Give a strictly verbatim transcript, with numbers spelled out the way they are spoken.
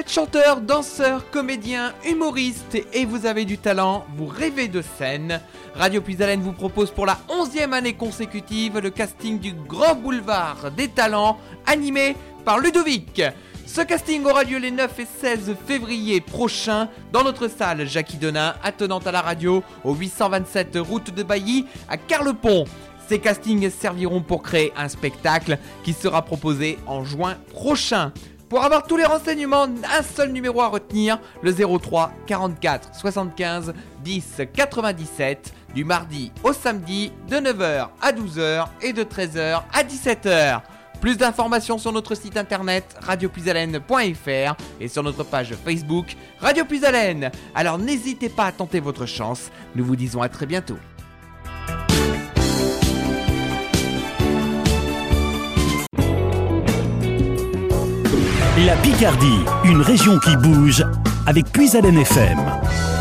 êtes chanteur, danseur, comédien, humoriste et vous avez du talent, vous rêvez de scène, Radio Puisalène vous propose pour la onzième année consécutive le casting du Grand Boulevard des Talents animé par Ludovic. Ce casting aura lieu les neuf et seize février prochains dans notre salle Jackie Denain, attenante à la radio, au huit cent vingt-sept route de Bailly à Carlepont. Ces castings serviront pour créer un spectacle qui sera proposé en juin prochain. Pour avoir tous les renseignements, un seul numéro à retenir, le zéro trois quarante-quatre soixante-quinze dix quatre-vingt-dix-sept, du mardi au samedi, de neuf heures à douze heures et de treize heures à dix-sept heures. Plus d'informations sur notre site internet radio puisalène point f r et sur notre page Facebook Radio Puisalène. Alors n'hésitez pas à tenter votre chance, nous vous disons à très bientôt. La Picardie, une région qui bouge avec Puisalène F M.